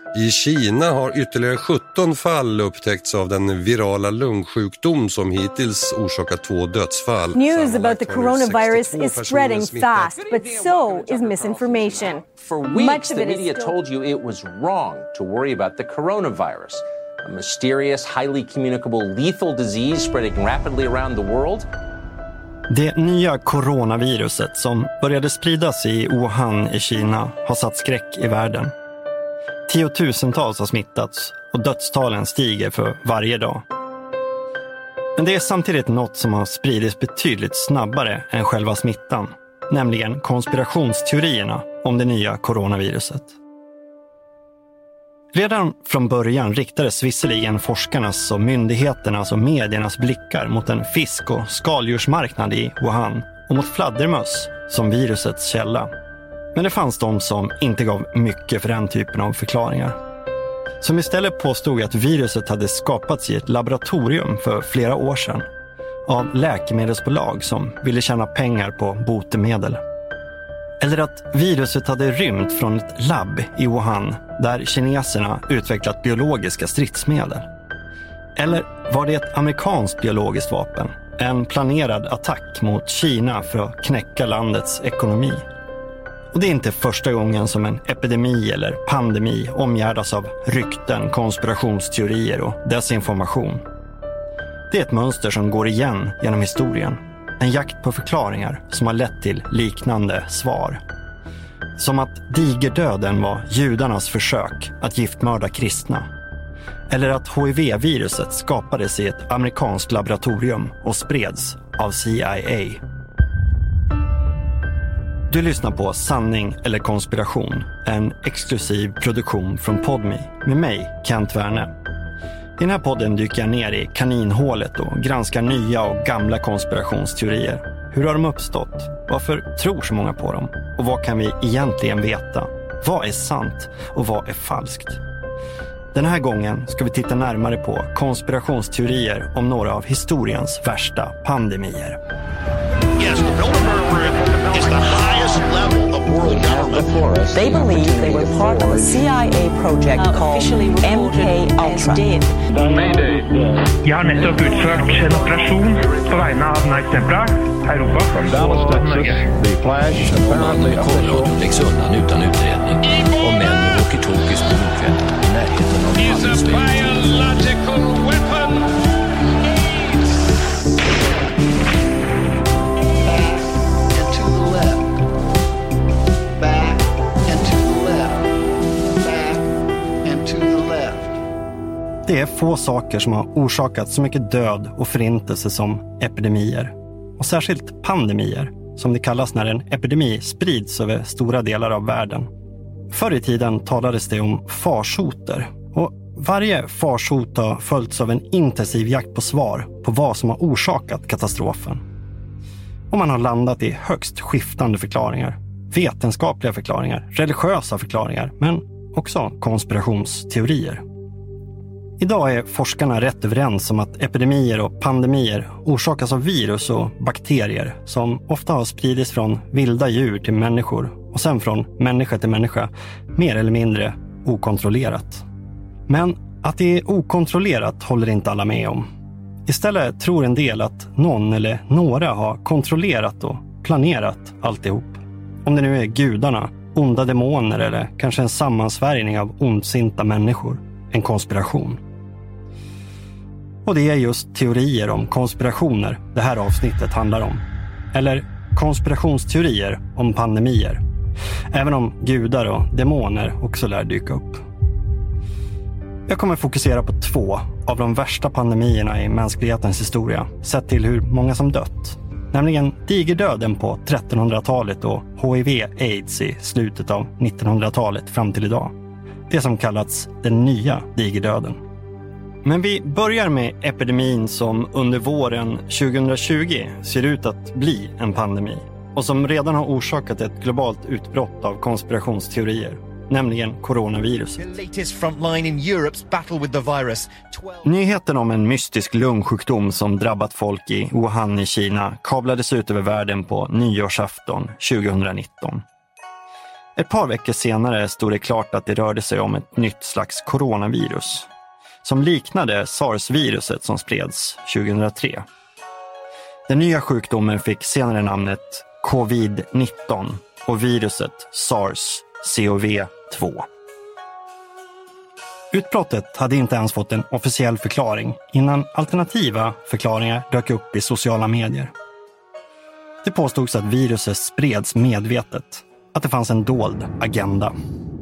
I Kina har ytterligare 17 fall upptäckts av den virala lungsjukdom som hittills orsakat 2 dödsfall. News about the coronavirus is spreading fast, but so is misinformation. For weeks, the media told you it was wrong to worry about the coronavirus, a mysterious, highly communicable, lethal disease spreading rapidly around the world. Det nya coronaviruset som började spridas i Wuhan i Kina har satt skräck i världen. Tiotusentals har smittats och dödstalen stiger för varje dag. Men det är samtidigt något som har spridits betydligt snabbare än själva smittan, nämligen konspirationsteorierna om det nya coronaviruset. Redan från början riktades visserligen forskarnas och myndigheternas och mediernas blickar mot en fisk- och skaldjursmarknad i Wuhan och mot fladdermöss som virusets källa. Men det fanns de som inte gav mycket för den typen av förklaringar. Som istället påstod att viruset hade skapats i ett laboratorium för flera år sedan av läkemedelsbolag som ville tjäna pengar på botemedel. Eller att viruset hade rymt från ett labb i Wuhan där kineserna utvecklat biologiska stridsmedel. Eller var det ett amerikanskt biologiskt vapen, en planerad attack mot Kina för att knäcka landets ekonomi? Och det är inte första gången som en epidemi eller pandemi omgärdas av rykten, konspirationsteorier och desinformation. Det är ett mönster som går igen genom historien. En jakt på förklaringar som har lett till liknande svar. Som att digerdöden var judarnas försök att giftmörda kristna. Eller att HIV-viruset skapades i ett amerikanskt laboratorium och spreds av CIA. Du lyssnar på Sanning eller konspiration, en exklusiv produktion från Podme med mig, Kent Werne. I den här podden dyker jag ner i kaninhålet och granskar nya och gamla konspirationsteorier. Hur har de uppstått? Varför tror så många på dem? Och vad kan vi egentligen veta? Vad är sant och vad är falskt? Den här gången ska vi titta närmare på konspirationsteorier om några av historiens värsta pandemier. Yes, the Bilderberg is the highest level of world government. They believe they were part of a CIA project called MK-Ultra. Jag har nettopp utført en operasjon på vegne av Night Templar, Europa. From Dallas, Texas, the Flash apparently official läggs undan utan utredning. Och män med walkie-talkies på motvänd i närheten av Det är få saker som har orsakat så mycket död och förintelse som epidemier. Och särskilt pandemier, som det kallas när en epidemi sprids över stora delar av världen. Förr i tiden talades det om farsoter. Och varje farsot har följts av en intensiv jakt på svar på vad som har orsakat katastrofen. Och man har landat i högst skiftande förklaringar. Vetenskapliga förklaringar, religiösa förklaringar, men också konspirationsteorier. Idag är forskarna rätt överens om att epidemier och pandemier orsakas av virus och bakterier som ofta har spridits från vilda djur till människor och sen från människa till människa mer eller mindre okontrollerat. Men att det är okontrollerat håller inte alla med om. Istället tror en del att någon eller några har kontrollerat och planerat alltihop. Om det nu är gudarna, onda demoner eller kanske en sammansvärjning av ondsinta människor. En konspiration. Och det är just teorier om konspirationer det här avsnittet handlar om. Eller konspirationsteorier om pandemier. Även om gudar och demoner också lär dyka upp. Jag kommer fokusera på 2 av de värsta pandemierna i mänsklighetens historia, sett till hur många som dött. Nämligen digerdöden på 1300-talet och HIV-AIDS i slutet av 1900-talet fram till idag. Det som kallats den nya digerdöden. Men vi börjar med epidemin som under våren 2020 ser ut att bli en pandemi. Och som redan har orsakat ett globalt utbrott av konspirationsteorier. Nämligen coronaviruset. Nyheten om en mystisk lungsjukdom som drabbat folk i Wuhan i Kina kablades ut över världen på nyårsafton 2019. Ett par veckor senare stod det klart att det rörde sig om ett nytt slags coronavirus som liknade SARS-viruset som spreds 2003. Den nya sjukdomen fick senare namnet covid-19 och viruset SARS-CoV-2. Utbrottet hade inte ens fått en officiell förklaring innan alternativa förklaringar dök upp i sociala medier. Det påstods att viruset spreds medvetet, att det fanns en dold agenda.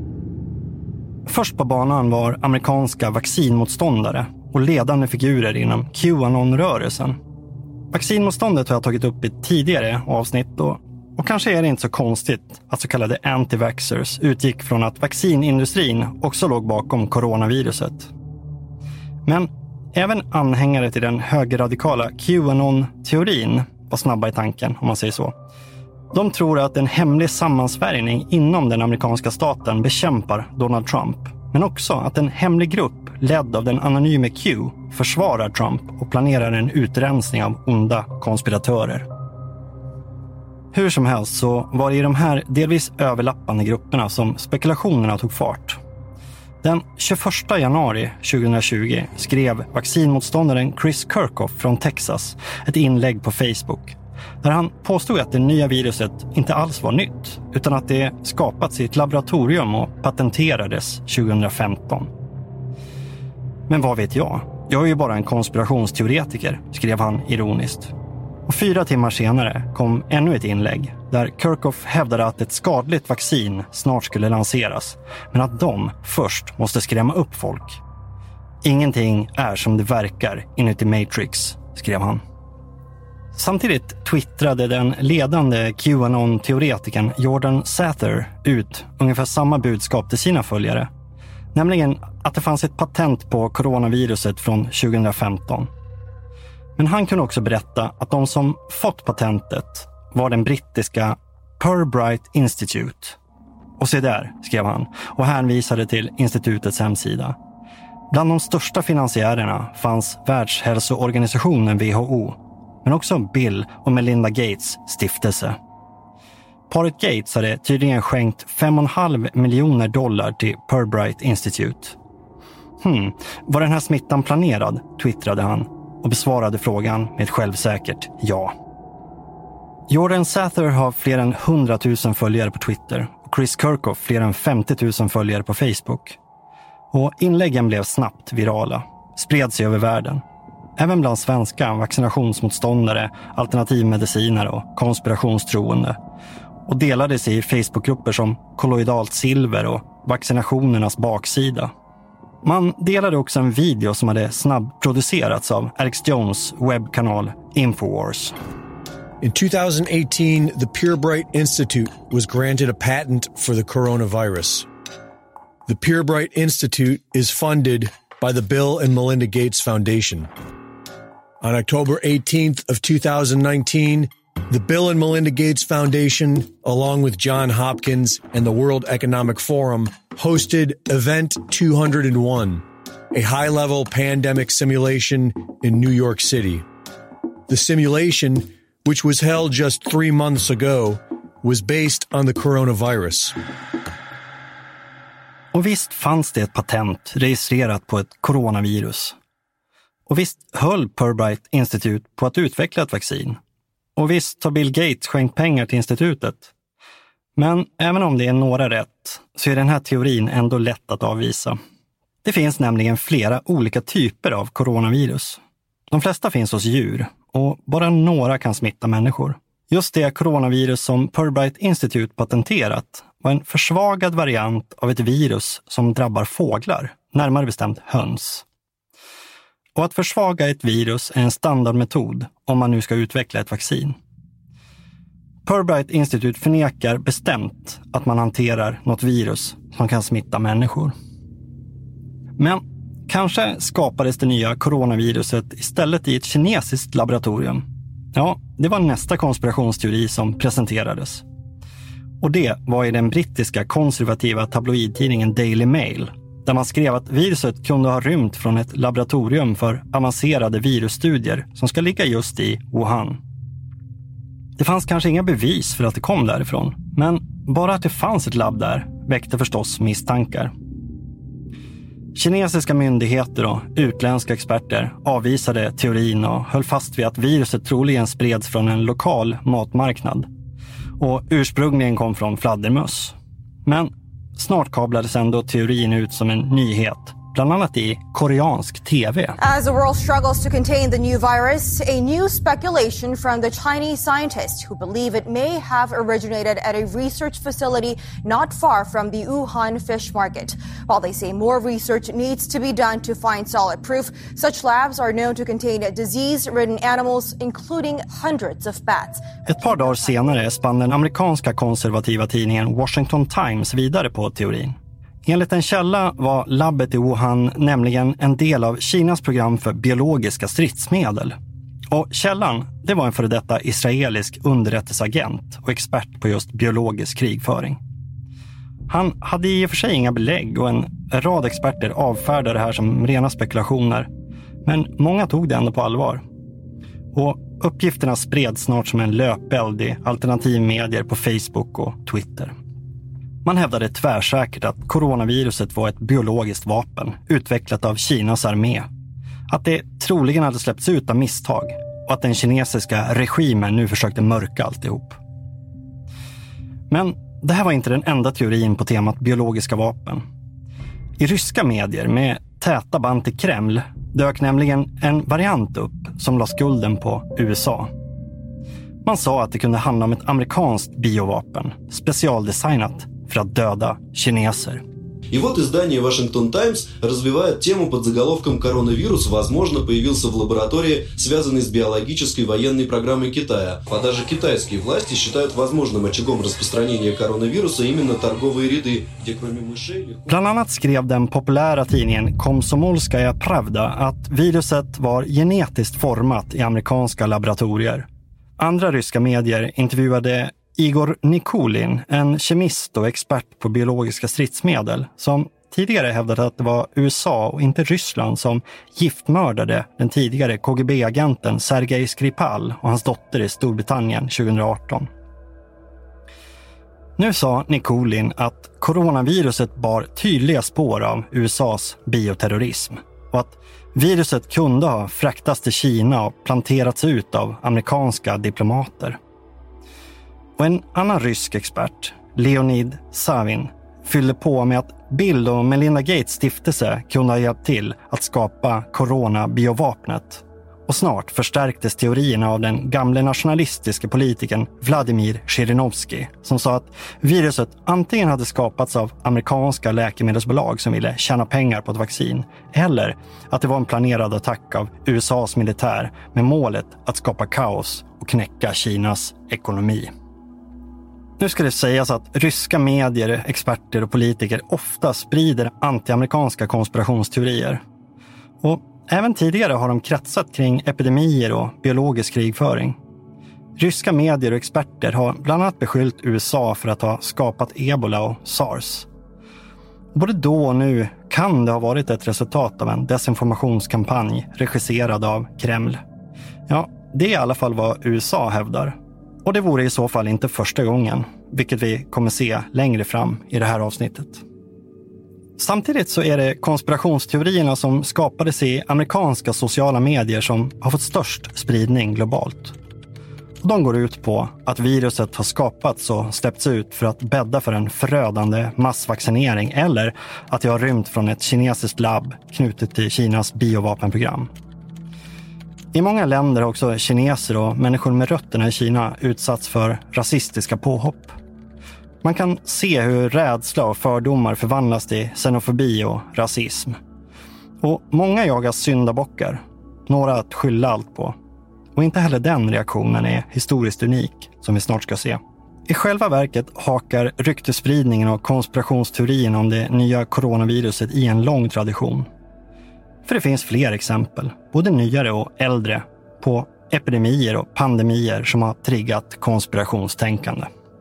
Först på banan var amerikanska vaccinmotståndare och ledande figurer inom QAnon-rörelsen. Vaccinmotståndet har jag tagit upp i tidigare avsnitt och kanske är det inte så konstigt att så kallade anti-vaxxers utgick från att vaccinindustrin också låg bakom coronaviruset. Men även anhängare till den högerradikala QAnon-teorin var snabba i tanken, om man säger så. De tror att en hemlig sammansvärjning inom den amerikanska staten bekämpar Donald Trump, men också att en hemlig grupp ledd av den anonyme Q försvarar Trump och planerar en utrensning av onda konspiratörer. Hur som helst så var det i de här delvis överlappande grupperna som spekulationerna tog fart. Den 21 januari 2020 skrev vaccinmotståndaren Chris Kirkhoff från Texas ett inlägg på Facebook där han påstod att det nya viruset inte alls var nytt utan att det skapats i ett laboratorium och patenterades 2015. Men vad vet jag? Jag är ju bara en konspirationsteoretiker, skrev han ironiskt. Och 4 timmar senare kom ännu ett inlägg där Kirkhoff hävdade att ett skadligt vaccin snart skulle lanseras, men att de först måste skrämma upp folk. Ingenting är som det verkar inuti Matrix, skrev han. Samtidigt twittrade den ledande QAnon-teoretikern Jordan Sather ut ungefär samma budskap till sina följare. Nämligen att det fanns ett patent på coronaviruset från 2015. Men han kunde också berätta att de som fått patentet var den brittiska Pirbright Institute. Och se där, skrev han och hänvisade till institutets hemsida. Bland de största finansiärerna fanns Världshälsoorganisationen WHO, men också Bill och Melinda Gates stiftelse. Paret Gates hade tydligen skänkt $5,5 miljoner till Pirbright Institute. Var den här smittan planerad, twittrade han och besvarade frågan med ett självsäkert ja. Jordan Sather har fler än 100 000 följare på Twitter och Chris Kirkhoff fler än 50 000 följare på Facebook. Och inläggen blev snabbt virala, spred sig över världen. Även bland svenska vaccinationsmotståndare, alternativmediciner och konspirationstroende. Och delades i Facebookgrupper som Kolloidalt silver och vaccinationernas baksida. Man delade också en video som hade snabbproducerats av Alex Jones webbkanal Infowars. In 2018, the Pirbright Institute was granted a patent for the coronavirus. The Pirbright Institute is funded by the Bill and Melinda Gates Foundation. On October 18th of 2019, the Bill and Melinda Gates Foundation, along with Johns Hopkins and the World Economic Forum, hosted Event 201, a high-level pandemic simulation in New York City. The simulation, which was held just 3 months ago, was based on the coronavirus. Och visst fanns det ett patent registrerat på ett coronavirus. Och visst höll Pirbright Institute på att utveckla ett vaccin. Och visst har Bill Gates skänkt pengar till institutet. Men även om det är några rätt så är den här teorin ändå lätt att avvisa. Det finns nämligen flera olika typer av coronavirus. De flesta finns hos djur och bara några kan smitta människor. Just det coronavirus som Pirbright Institute patenterat var en försvagad variant av ett virus som drabbar fåglar, närmare bestämt höns. Och att försvaga ett virus är en standardmetod om man nu ska utveckla ett vaccin. Pirbright Institute förnekar bestämt att man hanterar något virus som kan smitta människor. Men kanske skapades det nya coronaviruset istället i ett kinesiskt laboratorium. Ja, det var nästa konspirationsteori som presenterades. Och det var i den brittiska konservativa tabloidtidningen Daily Mail, där man skrev att viruset kunde ha rymt från ett laboratorium för avancerade virusstudier som ska ligga just i Wuhan. Det fanns kanske inga bevis för att det kom därifrån, men bara att det fanns ett labb där väckte förstås misstankar. Kinesiska myndigheter och utländska experter avvisade teorin och höll fast vid att viruset troligen spreds från en lokal matmarknad och ursprungligen kom från fladdermöss. Men snart kablades ändå teorin ut som en nyhet, bland annat i koreansk tv. As the world struggles to contain the new virus, a new speculation from the Chinese scientists who believe it may have originated at a research facility not far from the Wuhan fish market. While they say more research needs to be done to find solid proof, such labs are known to contain disease-ridden animals, including hundreds of bats. Ett par dagar senare spann den amerikanska konservativa tidningen Washington Times vidare på teorin. Enligt en källa var labbet i Wuhan nämligen en del av Kinas program för biologiska stridsmedel. Och källan, det var en före detta israelisk underrättelseagent och expert på just biologisk krigföring. Han hade i och för sig inga belägg och en rad experter avfärdade det här som rena spekulationer. Men många tog det ändå på allvar. Och uppgifterna spreds snart som en löpeld i alternativmedier på Facebook och Twitter. Man hävdade tvärsäkert att coronaviruset var ett biologiskt vapen utvecklat av Kinas armé. Att det troligen hade släppts ut av misstag och att den kinesiska regimen nu försökte mörka alltihop. Men det här var inte den enda teorin på temat biologiska vapen. I ryska medier med täta band till Kreml dök nämligen en variant upp som la skulden på USA. Man sa att det kunde handla om ett amerikanskt biovapen, specialdesignat för att döda kineser. И вот издание Washington Times развивает тему под заголовком «Коронавирус, возможно, появился в лаборатории, связанной с биологической военной программой Китая». А даже китайские власти считают возможным очагом распространения коронавируса именно торговые ряды, где кроме мышей... Bland annat skrev den populära tidningen Komsomolskaja Pravda att viruset var genetiskt format i amerikanska laboratorier. Andra ryska medier intervjuade Igor Nikulin, en kemist och expert på biologiska stridsmedel, som tidigare hävdade att det var USA och inte Ryssland som giftmördade den tidigare KGB-agenten Sergej Skripal och hans dotter i Storbritannien 2018. Nu sa Nikulin att coronaviruset bar tydliga spår av USAs bioterrorism och att viruset kunde ha fraktats till Kina och planterats ut av amerikanska diplomater. Och en annan rysk expert, Leonid Savin, fyllde på med att Bill och Melinda Gates stiftelse kunde ha hjälpt till att skapa coronabiovapnet. Och snart förstärktes teorierna av den gamle nationalistiska politikern Vladimir Zhirinovsky som sa att viruset antingen hade skapats av amerikanska läkemedelsbolag som ville tjäna pengar på ett vaccin eller att det var en planerad attack av USAs militär med målet att skapa kaos och knäcka Kinas ekonomi. Nu ska det sägas att ryska medier, experter och politiker ofta sprider antiamerikanska konspirationsteorier. Och även tidigare har de kretsat kring epidemier och biologisk krigföring. Ryska medier och experter har bland annat beskyllt USA för att ha skapat ebola och SARS. Både då och nu kan det ha varit ett resultat av en desinformationskampanj regisserad av Kreml. Ja, det är i alla fall vad USA hävdar. Och det vore i så fall inte första gången, vilket vi kommer se längre fram i det här avsnittet. Samtidigt så är det konspirationsteorierna som skapades i amerikanska sociala medier som har fått störst spridning globalt. Och de går ut på att viruset har skapats och släppts ut för att bädda för en förödande massvaccinering eller att det har rymt från ett kinesiskt labb knutet till Kinas biovapenprogram. I många länder har också kineser och människor med rötterna i Kina utsatts för rasistiska påhopp. Man kan se hur rädsla och fördomar förvandlas till xenofobi och rasism. Och många jagar syndabockar, några att skylla allt på. Och inte heller den reaktionen är historiskt unik, som vi snart ska se. I själva verket hakar ryktespridningen och konspirationsteorin om det nya coronaviruset i en lång tradition. För det finns fler exempel, både nyare och äldre, på epidemier och pandemier som har triggat konspirationstänkande.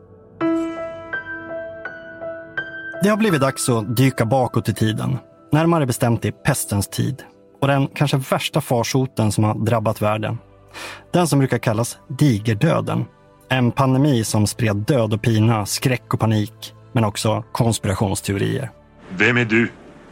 Det har blivit dags att dyka bakåt i tiden, närmare bestämt i pestens tid och den kanske värsta farsoten som har drabbat världen. Den som brukar kallas digerdöden En pandemi som spred död och pina, skräck och panik, men också konspirationsteorier. Vem är du?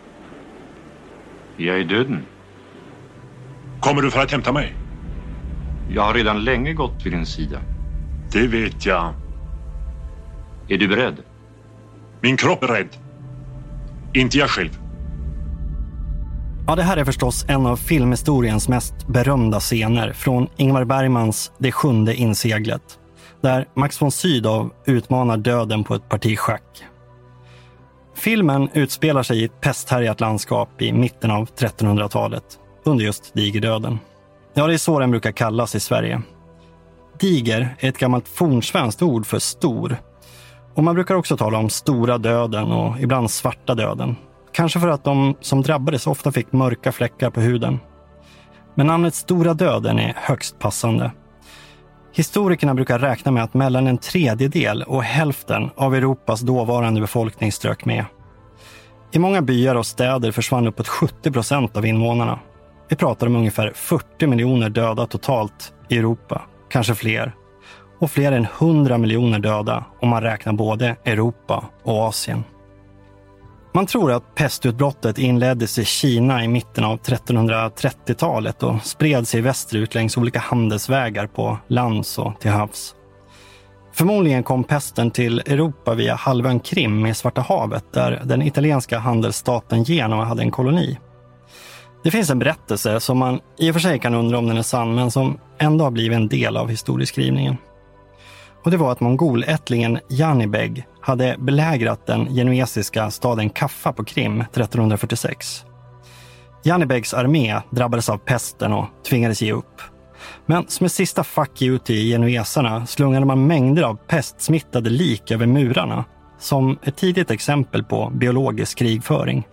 Jag är döden. Kommer du för att hämta mig? Jag har redan länge gått vid din sida. Det vet jag. Är du beredd? Min kropp är rädd. Inte jag själv. Ja, det här är förstås en av filmhistoriens mest berömda scener från Ingmar Bergmans Det 7:e inseglet, där Max von Sydow utmanar döden på ett parti schack. Filmen utspelar sig i ett pesthärjat landskap i mitten av 1300-talet, under just digerdöden. Ja, det är så den brukar kallas i Sverige. Diger är ett gammalt fornsvenskt ord för stor. Och man brukar också tala om stora döden och ibland svarta döden. Kanske för att de som drabbades ofta fick mörka fläckar på huden. Men namnet stora döden är högst passande. Historikerna brukar räkna med att mellan 1/3 och hälften av Europas dåvarande befolkning strök med. I många byar och städer försvann uppåt 70% av invånarna. Vi pratar om ungefär 40 miljoner döda totalt i Europa, kanske fler. Och fler än 100 miljoner döda om man räknar både Europa och Asien. Man tror att pestutbrottet inleddes i Kina i mitten av 1330-talet och spred sig västerut längs olika handelsvägar på lands och till havs. Förmodligen kom pesten till Europa via halvön Krim i Svarta havet, där den italienska handelsstaten Genova hade en koloni. Det finns en berättelse som man i och för sig kan undra om den är sann, men som ändå har blivit en del av historieskrivningen. Och det var att mongolättlingen Janibeg hade belägrat den genuesiska staden Kaffa på Krim 1346. Janibegs armé drabbades av pesten och tvingades ge upp. Men som ett sista fuck you till genuesarna slungade man mängder av pestsmittade lik över murarna, som ett tidigt exempel på biologisk krigföring.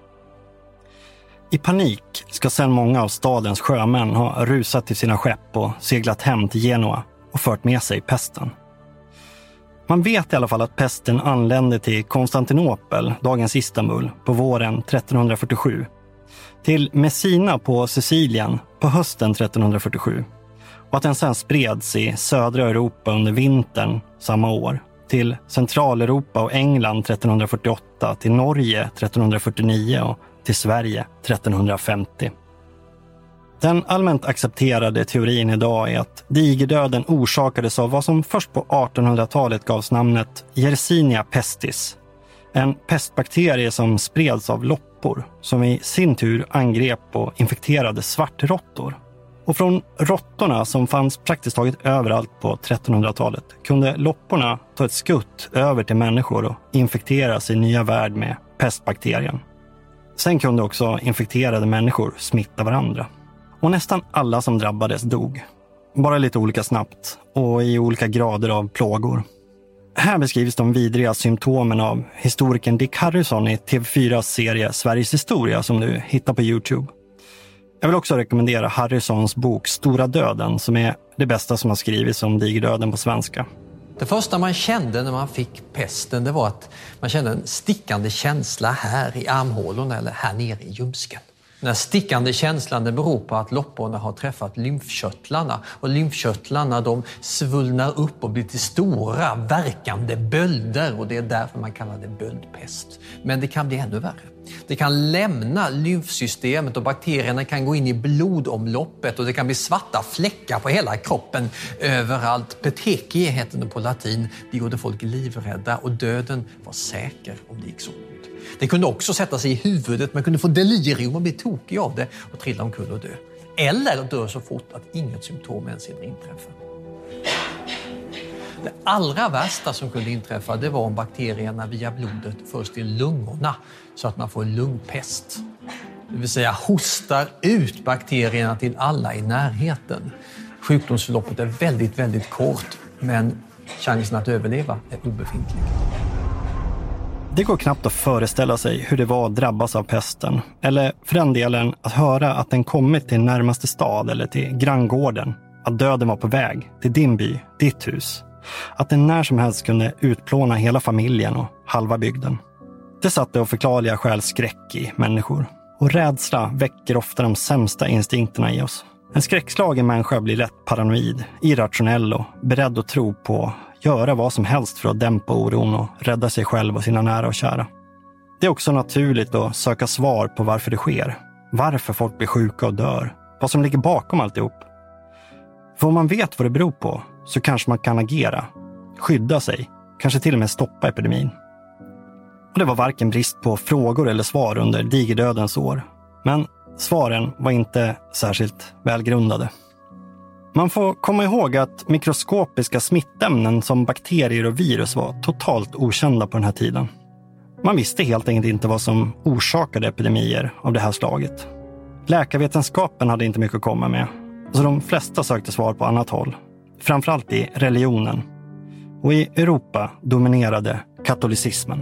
I panik ska sedan många av stadens sjömän ha rusat till sina skepp och seglat hem till Genua och fört med sig pesten. Man vet i alla fall att pesten anlände till Konstantinopel, dagens Istanbul, på våren 1347. Till Messina på Sicilien på hösten 1347. Och att den sedan spreds i södra Europa under vintern samma år. Till Centraleuropa och England 1348, till Norge 1349 och till Sverige 1350. Den allmänt accepterade teorin idag är att digerdöden orsakades av vad som först på 1800-talet gavs namnet Yersinia pestis. En pestbakterie som spreds av loppor som i sin tur angrep och infekterade svartråttor. Och från råttorna som fanns praktiskt taget överallt på 1300-talet kunde lopporna ta ett skutt över till människor och infekteras i nya värld med pestbakterien. Sen kunde också infekterade människor smitta varandra. Och nästan alla som drabbades dog. Bara lite olika snabbt och i olika grader av plågor. Här beskrivs de vidriga symptomen av historikern Dick Harrison i TV4s serie Sveriges historia som du hittar på YouTube. Jag vill också rekommendera Harrisons bok Stora döden som är det bästa som har skrivits om digerdöden på svenska. Det första man kände när man fick pesten, det var att man kände en stickande känsla här i armhålorna eller här nere i ljumsken. Den här stickande känslan beror på att lopporna har träffat lymfkörtlarna och lymfkörtlarna de svullnar upp och blir till stora verkande bölder och det är därför man kallar det böldpest. Men det kan bli ännu värre. Det kan lämna lymfsystemet och bakterierna kan gå in i blodomloppet och det kan bli svarta fläckar på hela kroppen överallt. Petekie heter det på latin. Det gjorde folk livrädda och döden var säker om det gick så långt. Det kunde också sätta sig i huvudet, man kunde få delirium och bli tokig av det och trilla omkull och dö. Eller dö så fort att inget symptom ens hinner inträffa. Det allra värsta som kunde inträffa det var om bakterierna via blodet förs till lungorna så att man får lungpest. Det vill säga hostar ut bakterierna till alla i närheten. Sjukdomsförloppet är väldigt, väldigt kort men chansen att överleva är obefintlig. Det går knappt att föreställa sig hur det var att drabbas av pesten. Eller för den delen att höra att den kommit till närmaste stad eller till granngården. Att döden var på väg till din by, ditt hus. Att den när som helst kunde utplåna hela familjen och halva bygden. Det satte av förklarliga skäl skräck i människor. Och rädsla väcker ofta de sämsta instinkterna i oss. En skräckslagen människa blir lätt paranoid, irrationell och beredd att tro på göra vad som helst för att dämpa oron och rädda sig själv och sina nära och kära. Det är också naturligt att söka svar på varför det sker. Varför folk blir sjuka och dör. Vad som ligger bakom alltihop. För om man vet vad det beror på så kanske man kan agera, skydda sig, kanske till och med stoppa epidemin. Och det var varken brist på frågor eller svar under digerdödens år. Men svaren var inte särskilt välgrundade. Man får komma ihåg att mikroskopiska smittämnen som bakterier och virus var totalt okända på den här tiden. Man visste helt enkelt inte vad som orsakade epidemier av det här slaget. Läkarvetenskapen hade inte mycket att komma med, så de flesta sökte svar på annat håll. Framförallt i religionen. Och i Europa dominerade katolicismen.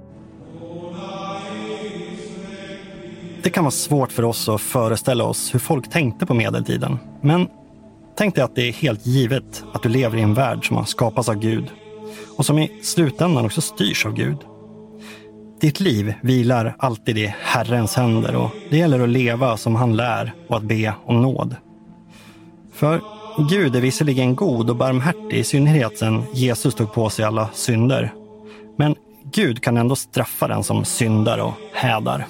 Det kan vara svårt för oss att föreställa oss hur folk tänkte på medeltiden. Men tänk dig att det är helt givet att du lever i en värld som har skapats av Gud. Och som i slutändan också styrs av Gud. Ditt liv vilar alltid i Herrens händer och det gäller att leva som han lär och att be om nåd. För Gud är visserligen god och barmhärtig, i synnerhet sedan Jesus tog på sig alla synder. Men Gud kan ändå straffa den som syndar och hädar.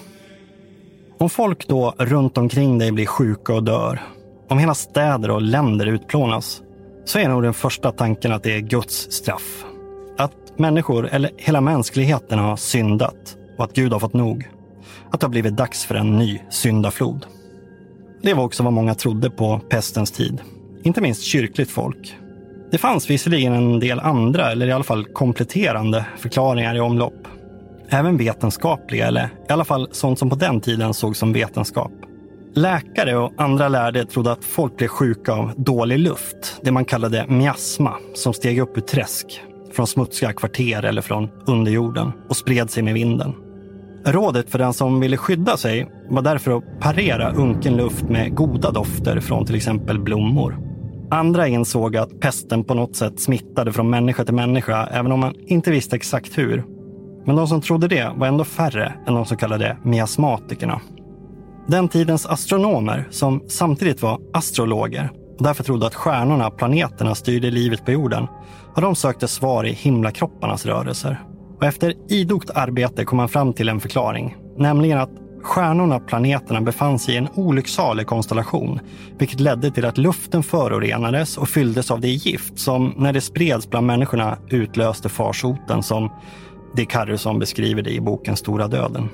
Om folk då runt omkring dig blir sjuka och dör, om hela städer och länder utplånas, så är nog den första tanken att det är Guds straff. Att människor, eller hela mänskligheten, har syndat och att Gud har fått nog. Att det har blivit dags för en ny syndaflod. Det var också vad många trodde på pestens tid. Inte minst kyrkligt folk. Det fanns visserligen en del andra, eller i alla fall kompletterande förklaringar i omlopp. Även vetenskapliga, eller i alla fall sånt som på den tiden såg som vetenskap. Läkare och andra lärde trodde att folk blev sjuka av dålig luft, det man kallade miasma, som steg upp ur träsk, från smutsiga kvarter eller från underjorden och spred sig med vinden. Rådet för den som ville skydda sig var därför att parera unken luft med goda dofter från till exempel blommor. Andra insåg att pesten på något sätt smittade från människa till människa, även om man inte visste exakt hur. Men de som trodde det var ändå färre än de så kallade miasmatikerna. Den tidens astronomer, som samtidigt var astrologer och därför trodde att stjärnorna, planeterna, styrde livet på jorden, och de sökte svar i himlakropparnas rörelser. Och efter idogt arbete kom man fram till en förklaring, nämligen att stjärnorna, planeterna, befann sig i en olycksalig konstellation, vilket ledde till att luften förorenades och fylldes av det gift som, när det spreds bland människorna, utlöste farsoten som Dick Harrison beskriver det i boken Stora döden.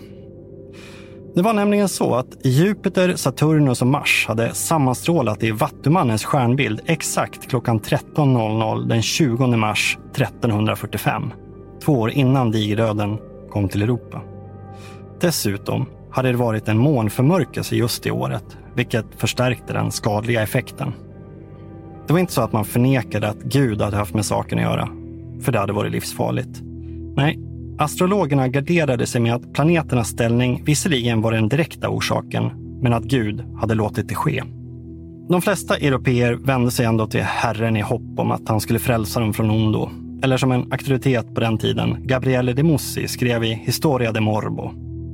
Det var nämligen så att Jupiter, Saturnus och Mars hade sammanstrålat i Vattumannens stjärnbild exakt klockan 13.00 den 20 mars 1345, 2 år innan digerdöden kom till Europa. Dessutom hade det varit en månförmörkelse just i året, vilket förstärkte den skadliga effekten. Det var inte så att man förnekade att Gud hade haft med saken att göra, för det hade varit livsfarligt. Nej, astrologerna garderade sig med att planeternas ställning visserligen var den direkta orsaken, men att Gud hade låtit det ske. De flesta europeer vände sig ändå till Herren i hopp om att han skulle frälsa dem från ondo. Eller som en auktoritet på den tiden, Gabriele de Mussi, skrev i Historia de Morbo.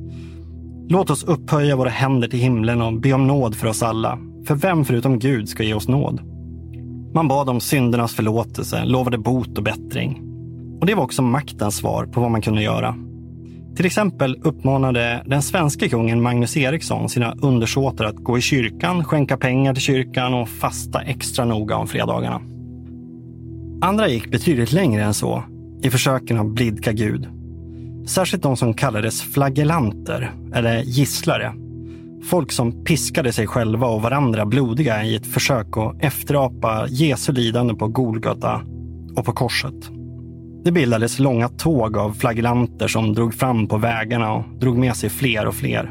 Låt oss upphöja våra händer till himlen och be om nåd för oss alla. För vem förutom Gud ska ge oss nåd? Man bad om syndernas förlåtelse, lovade bot och bättring. Och det var också maktens svar på vad man kunde göra. Till exempel uppmanade den svenska kungen Magnus Eriksson sina undersåtar att gå i kyrkan, skänka pengar till kyrkan och fasta extra noga om fredagarna. Andra gick betydligt längre än så i försöken att blidka Gud. Särskilt de som kallades flagellanter eller gisslare. Folk som piskade sig själva och varandra blodiga i ett försök att efterapa Jesu lidande på Golgata och på korset. Det bildades långa tåg av flagellanter som drog fram på vägarna och drog med sig fler och fler.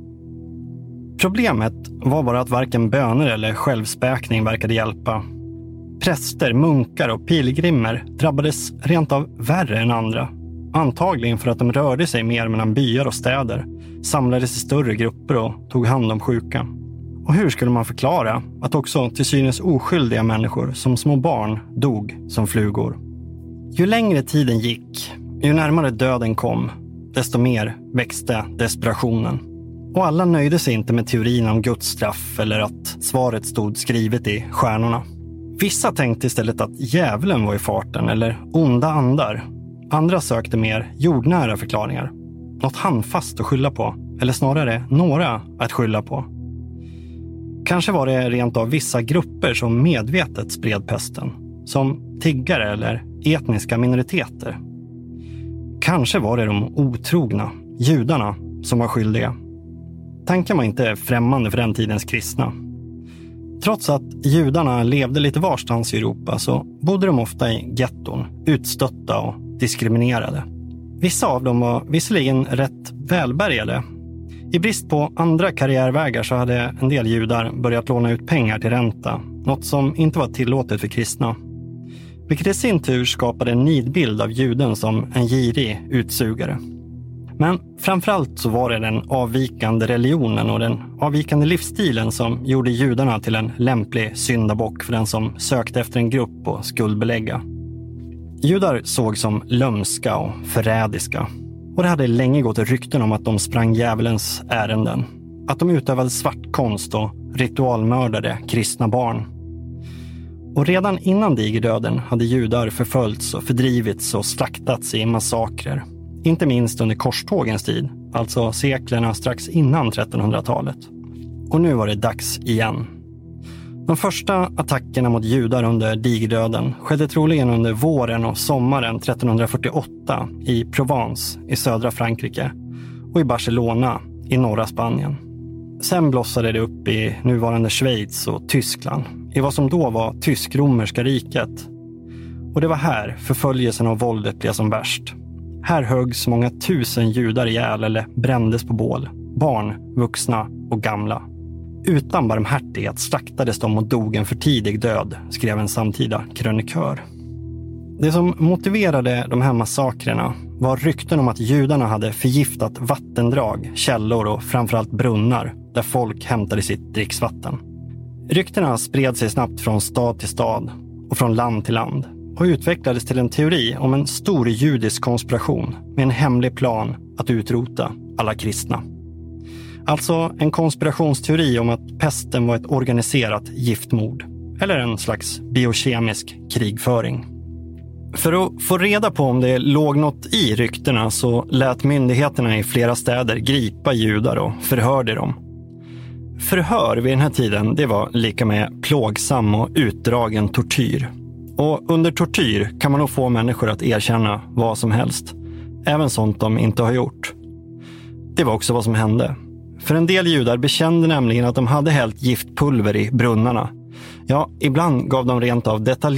Problemet var bara att varken böner eller självspäkning verkade hjälpa. Präster, munkar och pilgrimer drabbades rent av värre än andra. Antagligen för att de rörde sig mer mellan byar och städer, samlades i större grupper och tog hand om sjuka. Och hur skulle man förklara att också till synes oskyldiga människor som små barn dog som flugor? Ju längre tiden gick, ju närmare döden kom, desto mer växte desperationen. Och alla nöjde sig inte med teorin om Guds straff eller att svaret stod skrivet i stjärnorna. Vissa tänkte istället att djävulen var i farten eller onda andar. Andra sökte mer jordnära förklaringar. Något handfast att skylla på, eller snarare några att skylla på. Kanske var det rent av vissa grupper som medvetet spred pesten, som tiggare eller etniska minoriteter. Kanske var det de otrogna, judarna, som var skyldiga. Tanken var inte främmande för den tidens kristna. Trots att judarna levde lite varstans i Europa så bodde de ofta i getton, utstötta och diskriminerade. Vissa av dem var visserligen rätt välbärgade. I brist på andra karriärvägar så hade en del judar börjat låna ut pengar till ränta, något som inte var tillåtet för kristna. Vilket i sin tur skapade en nidbild av juden som en girig utsugare. Men framförallt så var det den avvikande religionen och den avvikande livsstilen som gjorde judarna till en lämplig syndabock för den som sökte efter en grupp att skuldbelägga. Judar såg som lömska och förrädiska. Och det hade länge gått rykten om att de sprang djävulens ärenden. Att de utövade svartkonst och ritualmördade kristna barn. Och redan innan digerdöden hade judar förföljts och fördrivits och slaktats i massakrer. Inte minst under korstågens tid, alltså seklerna strax innan 1300-talet. Och nu var det dags igen. De första attackerna mot judar under digerdöden skedde troligen under våren och sommaren 1348 i Provence i södra Frankrike och i Barcelona i norra Spanien. Sen blossade det upp i nuvarande Schweiz och Tyskland, i vad som då var Tysk-romerska riket. Och det var här förföljelsen av våldet blev som värst. Här höggs många tusen judar ihjäl eller brändes på bål. Barn, vuxna och gamla. Utan barmhärtighet slaktades de och dog en för tidig död, skrev en samtida krönikör. Det som motiverade de här massakrerna var rykten om att judarna hade förgiftat vattendrag, källor och framförallt brunnar där folk hämtade sitt dricksvatten. Ryktena spred sig snabbt från stad till stad och från land till land och utvecklades till en teori om en stor judisk konspiration med en hemlig plan att utrota alla kristna. Alltså en konspirationsteori om att pesten var ett organiserat giftmord eller en slags biokemisk krigföring. För att få reda på om det låg något i ryktena så lät myndigheterna i flera städer gripa judar och förhörde dem. Förhör vid den här tiden, det var lika med plågsam och utdragen tortyr. Och under tortyr kan man nog få människor att erkänna vad som helst, även sånt de inte har gjort. Det var också vad som hände. För en del judar bekände nämligen att de hade hällt giftpulver i brunnarna. Ja, ibland gav de rent av detaljer.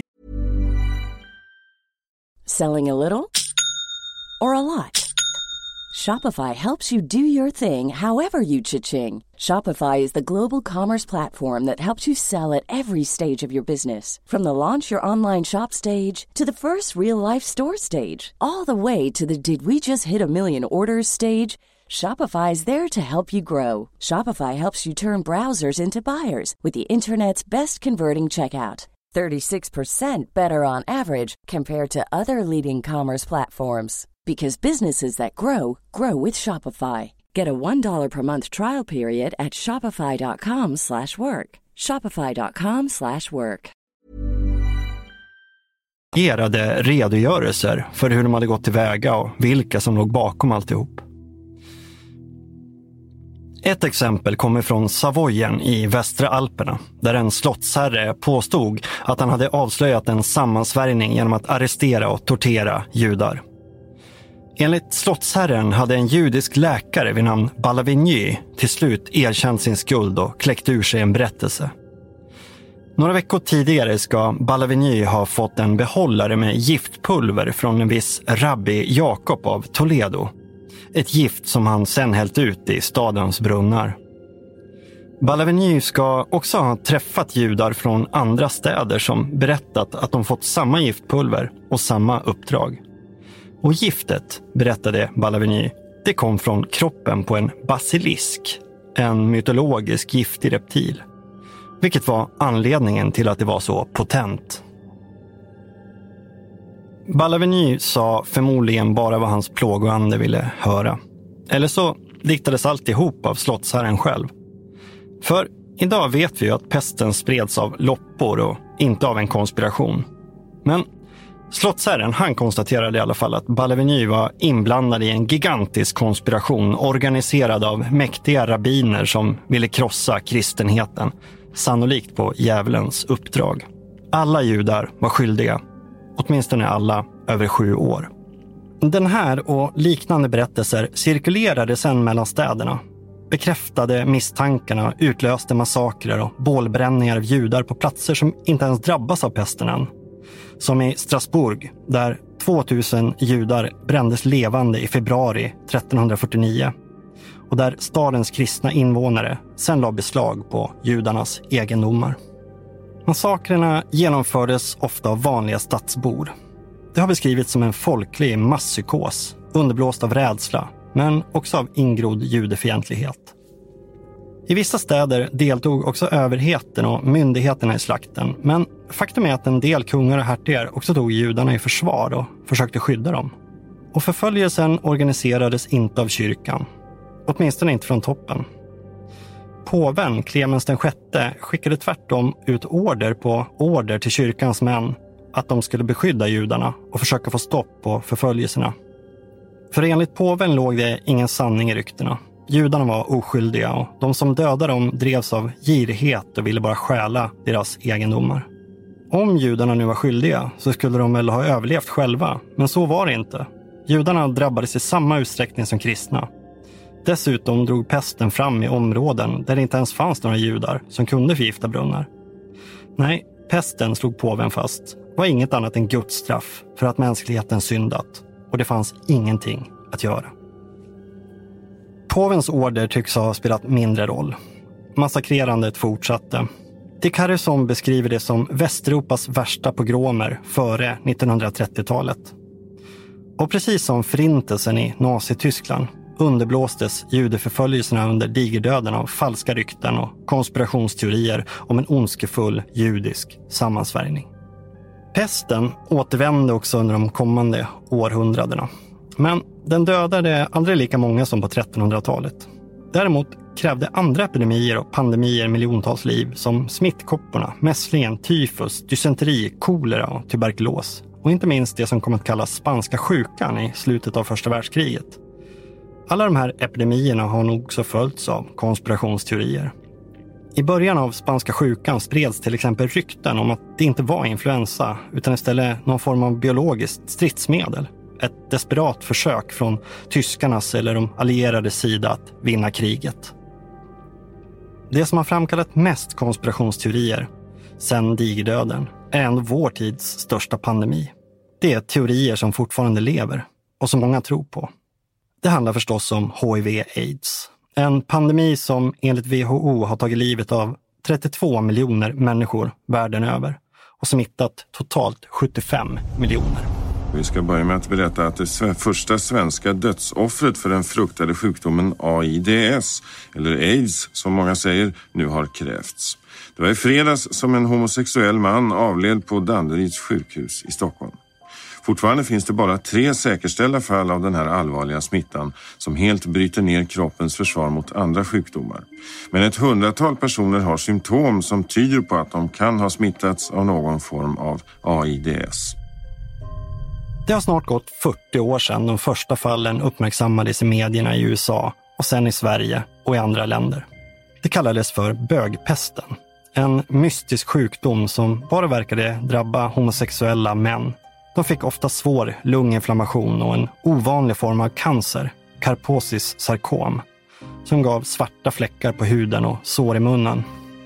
Selling a little or a lot? Shopify helps you do your thing however you cha-ching. Shopify is the global commerce platform that helps you sell at every stage of your business. From the launch your online shop stage to the first real-life store stage. All the way to the did we just hit a million orders stage. Shopify is there to help you grow. Shopify helps you turn browsers into buyers with the internet's best converting checkout. 36% better on average compared to other leading commerce platforms. Because businesses that grow, grow with Shopify. Get a $1 per month trial period at shopify.com/work. Shopify.com/work. Redogörelser för hur de hade gått tillväga och vilka som låg bakom alltihop. Ett exempel kommer från Savoyen i västra Alperna, där en slottsherre påstod att han hade avslöjat en sammansvärjning genom att arrestera och tortera judar. Enligt slottsherren hade en judisk läkare vid namn Balavigny till slut erkänt sin skuld och kläckt ur sig en berättelse. Några veckor tidigare ska Balavigny ha fått en behållare med giftpulver från en viss rabbi Jakob av Toledo. Ett gift som han sen hällt ut i stadens brunnar. Balavigny ska också ha träffat judar från andra städer som berättat att de fått samma giftpulver och samma uppdrag. Och giftet, berättade Balavigny, det kom från kroppen på en basilisk, en mytologisk giftig reptil. Vilket var anledningen till att det var så potent. Balavigny sa förmodligen bara vad hans plågoande ville höra. Eller så diktades alltihop av slottsherren själv. För idag vet vi ju att pesten spreds av loppor och inte av en konspiration. Men slottsherren, han konstaterade i alla fall att Balleveny var inblandad i en gigantisk konspiration organiserad av mäktiga rabbiner som ville krossa kristenheten, sannolikt på djävulens uppdrag. Alla judar var skyldiga, åtminstone alla över 7 år. Den här och liknande berättelser cirkulerade sedan mellan städerna. Bekräftade misstankarna, utlöste massakrer och bålbränningar av judar på platser som inte ens drabbas av pesten än. Som i Strasbourg, där 2000 judar brändes levande i februari 1349. Och där stadens kristna invånare sedan la beslag på judarnas egendomar. Massakrerna genomfördes ofta av vanliga stadsbor. Det har beskrivits som en folklig masspsykos, underblåst av rädsla, men också av ingrodd judefientlighet. I vissa städer deltog också överheten och myndigheterna i slakten, men faktum är att en del kungar och hertigar också tog judarna i försvar och försökte skydda dem. Och förföljelsen organiserades inte av kyrkan, åtminstone inte från toppen. Påven Clemens VI skickade tvärtom ut order till kyrkans män att de skulle beskydda judarna och försöka få stopp på förföljelserna. För enligt påven låg det ingen sanning i ryktena. Judarna var oskyldiga och de som dödade dem drevs av girighet och ville bara stjäla deras egendomar. Om judarna nu var skyldiga så skulle de väl ha överlevt själva, men så var det inte. Judarna drabbades i samma utsträckning som kristna. Dessutom drog pesten fram i områden där det inte ens fanns några judar som kunde förgifta brunnar. Nej, pesten, slog påven fast, var inget annat än Guds straff för att mänskligheten syndat, och det fanns ingenting att göra. Påvens order tycks ha spelat mindre roll. Massakrerandet fortsatte. Dick Harrison beskriver det som Västeuropas värsta pogromer före 1930-talet. Och precis som förintelsen i Nazityskland underblåstes judeförföljelserna under digerdöden av falska rykten och konspirationsteorier om en ondskefull judisk sammansvärjning. Pesten återvände också under de kommande århundradena. Men den dödade aldrig lika många som på 1300-talet. Däremot krävde andra epidemier och pandemier miljontals liv som smittkopporna, mässlingen, tyfus, dysenteri, kolera och tuberkulos. Och inte minst det som kom att kallas spanska sjukan i slutet av första världskriget. Alla de här epidemierna har nog också följts av konspirationsteorier. I början av spanska sjukan spreds till exempel rykten om att det inte var influensa utan istället någon form av biologiskt stridsmedel. Ett desperat försök från tyskarnas eller de allierades sida att vinna kriget. Det som har framkallat mest konspirationsteorier sedan digerdöden är ändå vår tids största pandemi. Det är teorier som fortfarande lever och som många tror på. Det handlar förstås om HIV/AIDS. En pandemi som enligt WHO har tagit livet av 32 miljoner människor världen över och smittat totalt 75 miljoner. Vi ska börja med att berätta att det första svenska dödsoffret för den fruktade sjukdomen AIDS, eller AIDS som många säger, nu har krävts. Det var i fredags som en homosexuell man avled på Danderyds sjukhus i Stockholm. Fortfarande finns det bara 3 säkerställda fall av den här allvarliga smittan som helt bryter ner kroppens försvar mot andra sjukdomar. Men ett 100-tal personer har symptom som tyder på att de kan ha smittats av någon form av AIDS. Det har snart gått 40 år sedan de första fallen uppmärksammades i medierna i USA och sen i Sverige och i andra länder. Det kallades för bögpesten. En mystisk sjukdom som bara verkade drabba homosexuella män. De fick ofta svår lunginflammation och en ovanlig form av cancer, Kaposis sarkom, som gav svarta fläckar på huden och sår i munnen.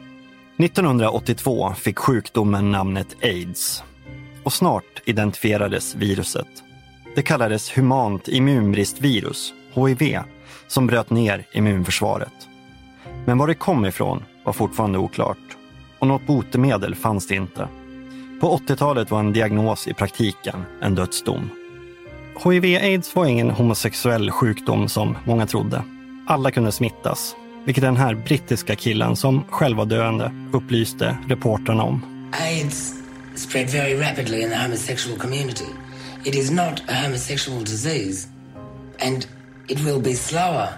1982 fick sjukdomen namnet AIDS. Och snart identifierades viruset. Det kallades humant immunbristvirus, HIV, som bröt ner immunförsvaret. Men var det kom ifrån var fortfarande oklart. Och något botemedel fanns det inte. På 80-talet var en diagnos i praktiken en dödsdom. HIV-AIDS var ingen homosexuell sjukdom som många trodde. Alla kunde smittas, vilket den här brittiska killen som själv var döende upplyste reportrarna om. AIDS spread very rapidly in the homosexual community. It is not a homosexual disease, and it will be slower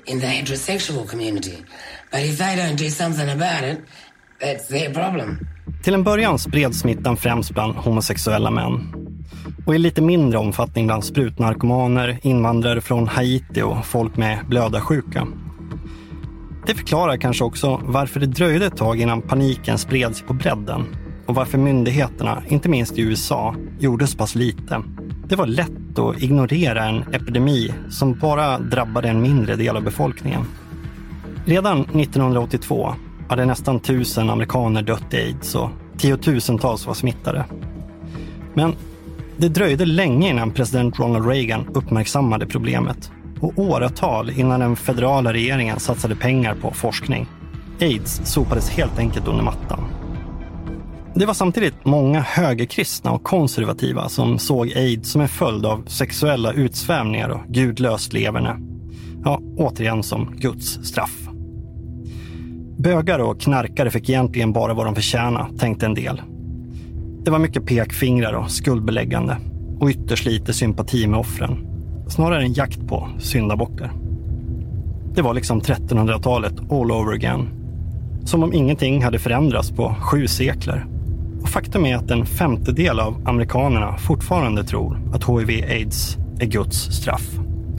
in the heterosexual community. But if they don't do something about it, that's their problem. Till en början spreds smittan främst bland homosexuella män. Och i lite mindre omfattning bland sprutnarkomaner, invandrare från Haiti och folk med blödarsjuka. Det förklarar kanske också varför det dröjde ett tag innan paniken spreds på bredden. Och varför myndigheterna, inte minst i USA, gjorde så pass lite. Det var lätt att ignorera en epidemi som bara drabbade en mindre del av befolkningen. Redan 1982 hade nästan 1000 amerikaner dött i AIDS och tiotusentals var smittade. Men det dröjde länge innan president Ronald Reagan uppmärksammade problemet och åratal innan den federala regeringen satsade pengar på forskning. AIDS sopades helt enkelt under mattan. Det var samtidigt många högerkristna och konservativa som såg AIDS som en följd av sexuella utsvävningar och gudlöst leverne. Ja, återigen som Guds straff. Bögar och knarkare fick egentligen bara vad de förtjäna, tänkte en del. Det var mycket pekfingrar och skuldbeläggande och ytterst lite sympati med offren. Snarare en jakt på syndabockar. Det var liksom 1300-talet all over again. Som om ingenting hade förändrats på 7 sekler. Och faktum är att en 1/5 av amerikanerna fortfarande tror att HIV/AIDS är Guds straff.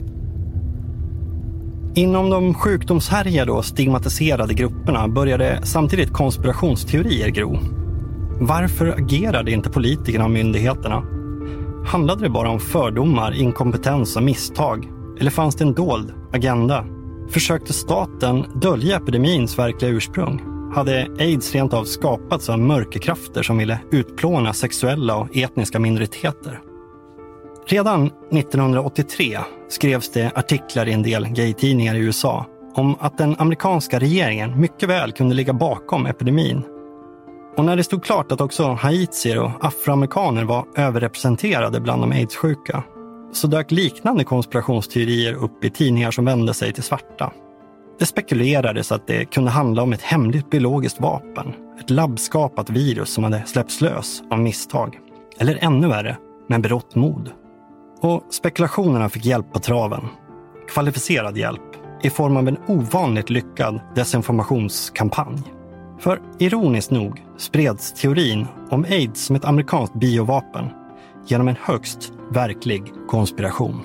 Inom de sjukdomshärjade och stigmatiserade grupperna började samtidigt konspirationsteorier gro. Varför agerade inte politikerna och myndigheterna? Handlade det bara om fördomar, inkompetens och misstag? Eller fanns det en dold agenda? Försökte staten dölja epidemins verkliga ursprung? Hade AIDS rent av skapats av mörkerkrafter som ville utplåna sexuella och etniska minoriteter? Redan 1983 skrevs det artiklar i en del gay-tidningar i USA om att den amerikanska regeringen mycket väl kunde ligga bakom epidemin. Och när det stod klart att också haitier och afroamerikaner var överrepresenterade bland de AIDS-sjuka så dök liknande konspirationsteorier upp i tidningar som vände sig till svarta. Det spekulerades att det kunde handla om ett hemligt biologiskt vapen, ett labbskapat virus som hade släppts lös av misstag. Eller ännu värre, med berått mod. Och spekulationerna fick hjälp på traven. Kvalificerad hjälp i form av en ovanligt lyckad desinformationskampanj. För ironiskt nog spreds teorin om AIDS som ett amerikanskt biovapen genom en högst verklig konspiration.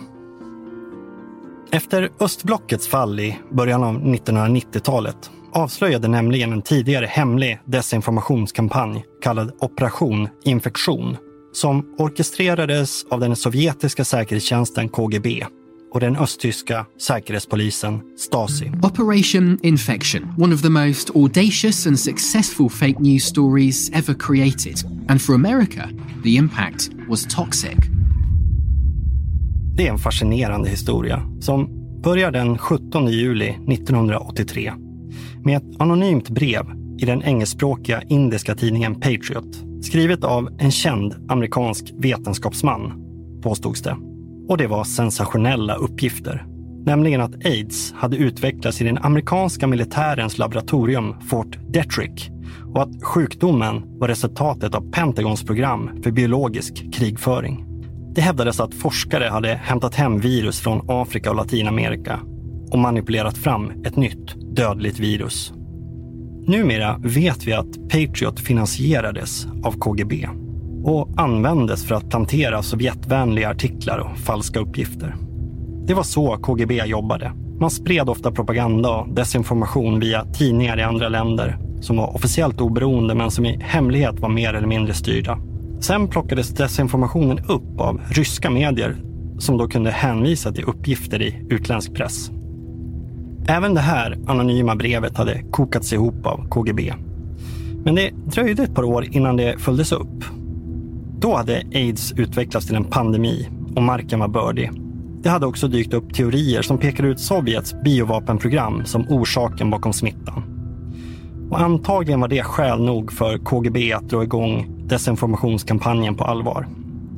Efter östblockets fall i början av 1990-talet avslöjade nämligen en tidigare hemlig desinformationskampanj kallad Operation Infektion som orkestrerades av den sovjetiska säkerhetstjänsten KGB och den östtyska säkerhetspolisen Stasi. Operation Infection, one of the most audacious and successful fake news stories ever created. And for America, the impact was toxic. Det är en fascinerande historia som börjar den 17 juli 1983 med ett anonymt brev i den engelskspråkiga indiska tidningen Patriot skrivet av en känd amerikansk vetenskapsman, påstods det. Och det var sensationella uppgifter. Nämligen att AIDS hade utvecklats i den amerikanska militärens laboratorium Fort Detrick och att sjukdomen var resultatet av Pentagons program för biologisk krigföring. Det hävdades att forskare hade hämtat hem virus från Afrika och Latinamerika och manipulerat fram ett nytt dödligt virus. Numera vet vi att Patriot finansierades av KGB och användes för att plantera sovjetvänliga artiklar och falska uppgifter. Det var så KGB jobbade. Man spred ofta propaganda och desinformation via tidningar i andra länder som var officiellt oberoende men som i hemlighet var mer eller mindre styrda. Sen plockades desinformationen upp av ryska medier som då kunde hänvisa till uppgifter i utländsk press. Även det här anonyma brevet hade kokats ihop av KGB. Men det dröjde ett par år innan det följdes upp. Då hade AIDS utvecklats till en pandemi och marken var bördig. Det hade också dykt upp teorier som pekade ut Sovjets biovapenprogram som orsaken bakom smittan. Och antagligen var det skäl nog för KGB att dra igång desinformationskampanjen på allvar.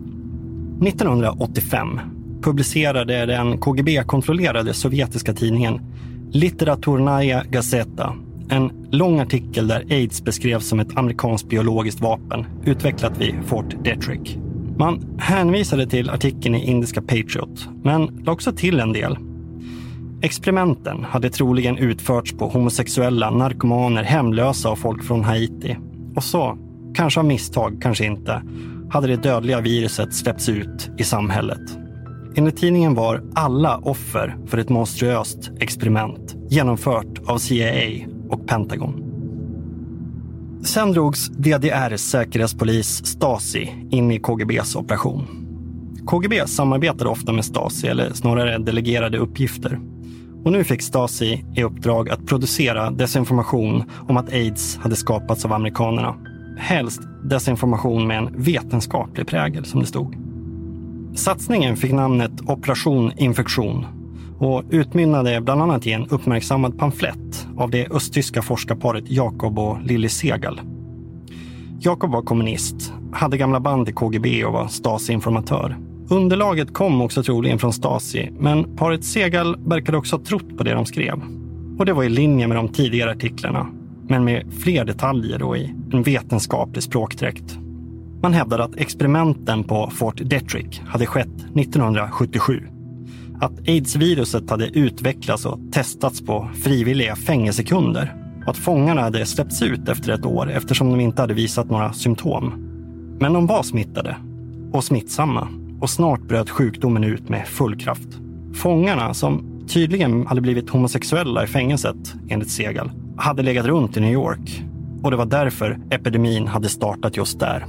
1985 publicerade den KGB-kontrollerade sovjetiska tidningen Literaturnaja Gazeta en lång artikel där AIDS beskrevs som ett amerikanskt biologiskt vapen utvecklat vid Fort Detrick. Man hänvisade till artikeln i indiska Patriot, men la också till en del. Experimenten hade troligen utförts på homosexuella, narkomaner, hemlösa och folk från Haiti. Och så, kanske av misstag, kanske inte, hade det dödliga viruset släppts ut i samhället. Enligt tidningen var alla offer för ett monstruöst experiment genomfört av CIA och Pentagon. Sen drogs DDR:s säkerhetspolis Stasi in i KGB:s operation. KGB samarbetade ofta med Stasi, eller snarare delegerade uppgifter. Och nu fick Stasi i uppdrag att producera desinformation om att AIDS hade skapats av amerikanerna. Helst desinformation med en vetenskaplig prägel, som det stod. Satsningen fick namnet Operation Infektion och utmynnade bland annat i en uppmärksammad pamflett av det östtyska forskarparet Jakob och Lilly Segal. Jakob var kommunist, hade gamla band i KGB och var Stasi-informatör. Underlaget kom också troligen från Stasi, men paret Segal verkade också ha trott på det de skrev. Och det var i linje med de tidigare artiklarna, men med fler detaljer och i en vetenskaplig språkdräkt. Man hävdade att experimenten på Fort Detrick hade skett 1977. Att AIDS-viruset hade utvecklats och testats på frivilliga fängelsekunder. Och att fångarna hade släppts ut efter ett år eftersom de inte hade visat några symptom. Men de var smittade och smittsamma och snart bröt sjukdomen ut med full kraft. Fångarna, som tydligen hade blivit homosexuella i fängelset enligt Segal, hade legat runt i New York. Och det var därför epidemin hade startat just där.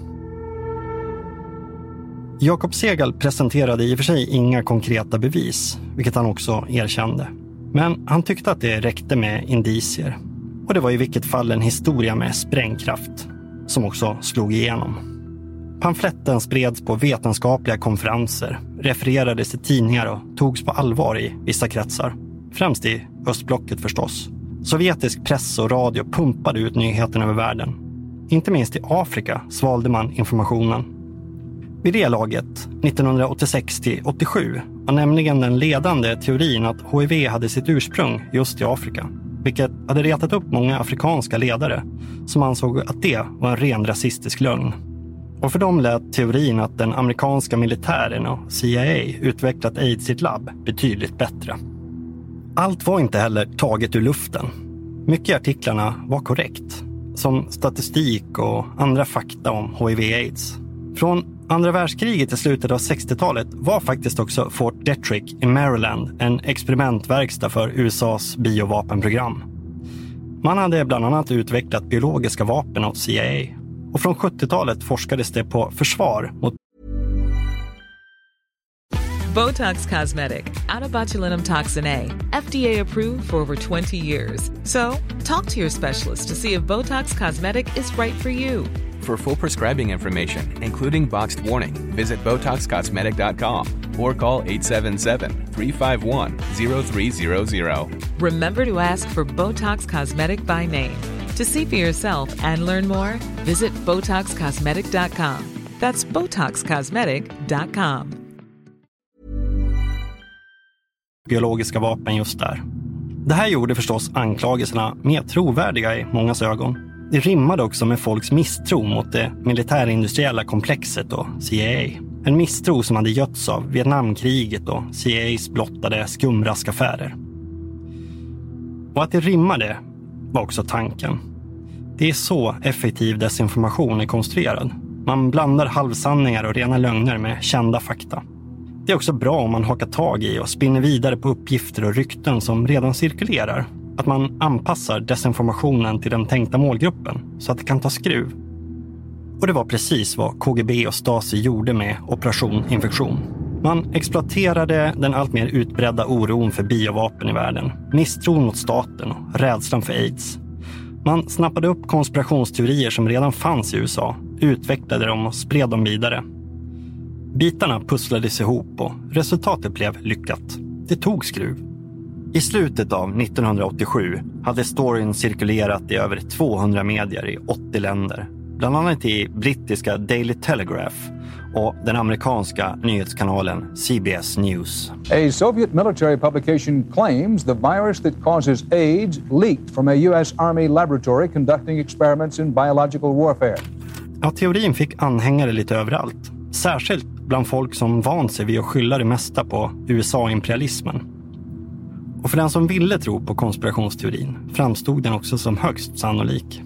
Jakob Segal presenterade i och för sig inga konkreta bevis, vilket han också erkände. Men han tyckte att det räckte med indicier. Och det var i vilket fall en historia med sprängkraft, som också slog igenom. Pamfletten spreds på vetenskapliga konferenser, refererades i tidningar och togs på allvar i vissa kretsar. Främst i östblocket förstås. Sovjetisk press och radio pumpade ut nyheterna över världen. Inte minst i Afrika svalde man informationen. Vid det laget, 1986-87, var nämligen den ledande teorin att HIV hade sitt ursprung just i Afrika. Vilket hade retat upp många afrikanska ledare som ansåg att det var en ren rasistisk lögn. Och för dem lät teorin att den amerikanska militären och CIA utvecklat AIDS i sitt labb betydligt bättre. Allt var inte heller taget ur luften. Mycket i artiklarna var korrekt, som statistik och andra fakta om HIV-AIDS. Från andra världskriget i slutet av 60-talet var faktiskt också Fort Detrick i Maryland en experimentverkstad för USAs biovapenprogram. Man hade bland annat utvecklat biologiska vapen åt CIA. Och från 70-talet forskades det på försvar mot Botox Cosmetic, out of botulinum toxin A, FDA approved for over 20 years. So, talk to your specialist to see if Botox Cosmetic is right for you. For full prescribing information, including boxed warning, visit BotoxCosmetic.com or call 877-351-0300. Remember to ask for Botox Cosmetic by name. To see for yourself and learn more, visit BotoxCosmetic.com. That's BotoxCosmetic.com. Biologiska vapen just där. Det här gjorde förstås anklagelserna mer trovärdiga i mångas ögon. Det rimmade också med folks misstro mot det militärindustriella komplexet och CIA. En misstro som hade götts av Vietnamkriget och CIAs blottade skumraskaffärer. Och att det rimmade var också tanken. Det är så effektiv desinformation är konstruerad. Man blandar halvsanningar och rena lögner med kända fakta. Det är också bra om man hakar tag i och spinner vidare på uppgifter och rykten som redan cirkulerar. Att man anpassar desinformationen till den tänkta målgruppen så att det kan ta skruv. Och det var precis vad KGB och Stasi gjorde med Operation Infektion. Man exploaterade den allt mer utbredda oron för biovapen i världen, misstron mot staten och rädslan för AIDS. Man snappade upp konspirationsteorier som redan fanns i USA, utvecklade dem och spred dem vidare. Bitarna pusslades ihop och resultatet blev lyckat. Det tog skruv. I slutet av 1987 hade storyn cirkulerat i över 200 medier i 80 länder. Bland annat i brittiska Daily Telegraph och den amerikanska nyhetskanalen CBS News. A Soviet military publication claims the virus that causes AIDS leaked from a US Army laboratory conducting experiments in biological warfare. Ja, teorin fick anhängare lite överallt. Särskilt bland folk som vant sig vid att skylla det mesta på USA-imperialismen. Och för den som ville tro på konspirationsteorin framstod den också som högst sannolik.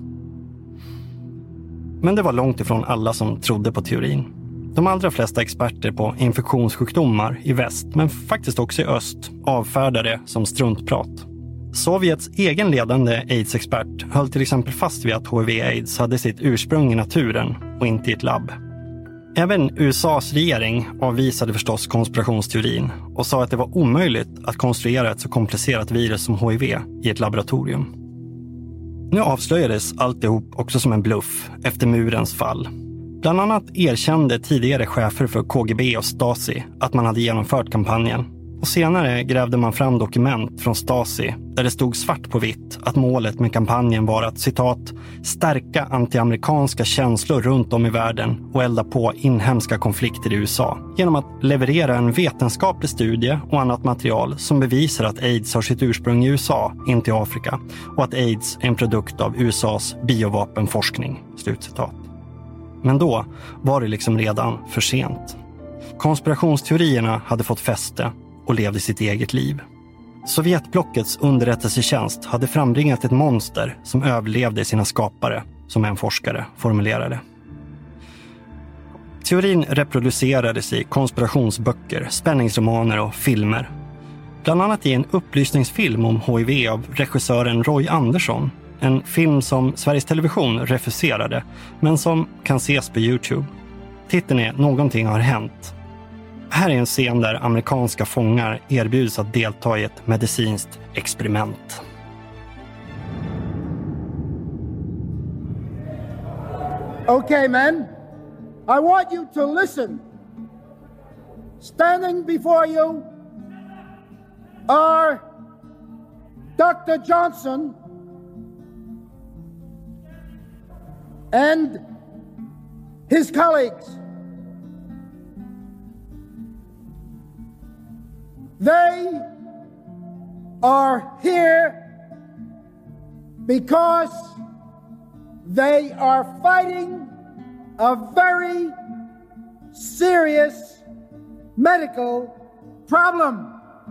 Men det var långt ifrån alla som trodde på teorin. De allra flesta experter på infektionssjukdomar i väst, men faktiskt också i öst, avfärdade det som struntprat. Sovjets egen ledande AIDS-expert höll till exempel fast vid att HIV-AIDS hade sitt ursprung i naturen och inte i ett labb. Även USAs regering avvisade förstås konspirationsteorin och sa att det var omöjligt att konstruera ett så komplicerat virus som HIV i ett laboratorium. Nu avslöjades alltihop också som en bluff efter murens fall. Bland annat erkände tidigare chefer för KGB och Stasi att man hade genomfört kampanjen. Och senare grävde man fram dokument från Stasi där det stod svart på vitt att målet med kampanjen var att, citat, stärka antiamerikanska känslor runt om i världen och elda på inhemska konflikter i USA genom att leverera en vetenskaplig studie och annat material som bevisar att AIDS har sitt ursprung i USA, inte i Afrika, och att AIDS är en produkt av USAs biovapenforskning, slutcitat. Men då var det liksom redan för sent. Konspirationsteorierna hade fått fäste och levde sitt eget liv. Sovjetblockets underrättelsetjänst hade frambringat ett monster som överlevde sina skapare, som en forskare formulerade. Teorin reproducerades i konspirationsböcker, spänningsromaner och filmer. Bland annat i en upplysningsfilm om HIV av regissören Roy Andersson. En film som Sveriges Television refuserade, men som kan ses på YouTube. Titeln är Någonting har hänt. Här är en scen där amerikanska fångar erbjuds att delta i ett medicinskt experiment. Okay, men. I want you to listen. Standing before you are Dr. Johnson and his colleagues. They are here because they are fighting a very serious medical problem.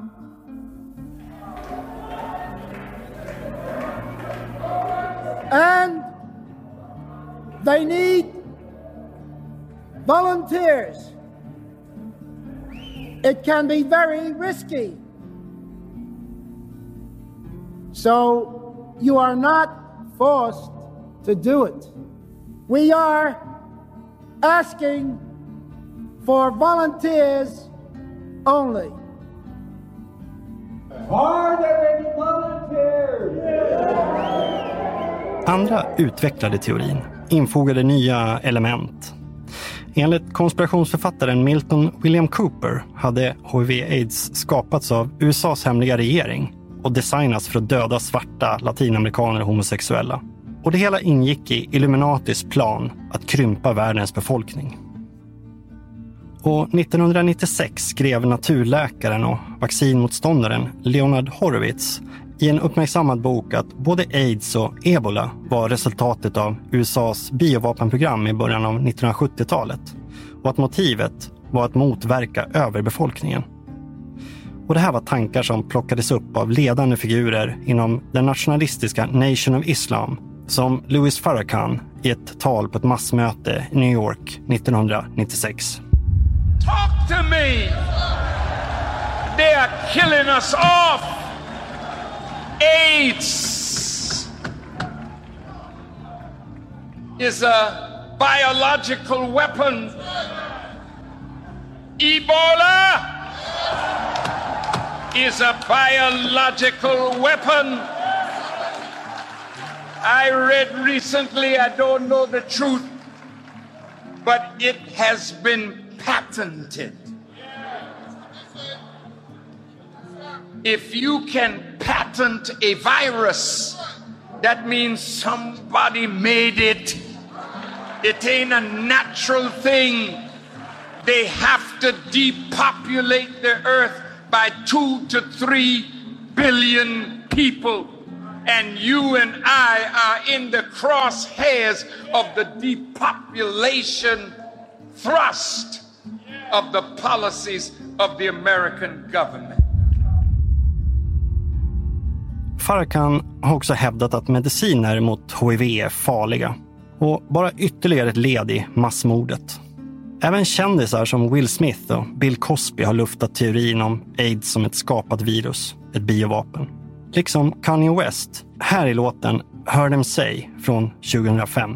And they need volunteers. It can be very risky. So you are not forced to do it. We are asking for volunteers only. Are there any volunteers? Andra utvecklade teorin, infogade nya element. Enligt konspirationsförfattaren Milton William Cooper hade HIV/AIDS skapats av USAs hemliga regering och designats för att döda svarta latinamerikaner och homosexuella. Och det hela ingick i Illuminatis plan att krympa världens befolkning. Och 1996 skrev naturläkaren och vaccinmotståndaren Leonard Horowitz i en uppmärksammad bok att både AIDS och ebola var resultatet av USAs biovapenprogram i början av 1970-talet och att motivet var att motverka överbefolkningen. Och det här var tankar som plockades upp av ledande figurer inom den nationalistiska Nation of Islam, som Louis Farrakhan i ett tal på ett massmöte i New York 1996. Talk to me! They are killing us off! AIDS is a biological weapon. Ebola is a biological weapon. I read recently, I don't know the truth, but it has been patented. If you can patent a virus, that means somebody made it. It ain't a natural thing. They have to depopulate the earth by 2 to 3 billion people. And you and I are in the crosshairs of the depopulation thrust of the policies of the American government. Farrakhan har också hävdat att mediciner mot HIV är farliga och bara ytterligare ett led i massmordet. Även kändisar som Will Smith och Bill Cosby har luftat teorin om AIDS som ett skapat virus, ett biovapen. Liksom Kanye West, här i låten Hör dem say från 2005.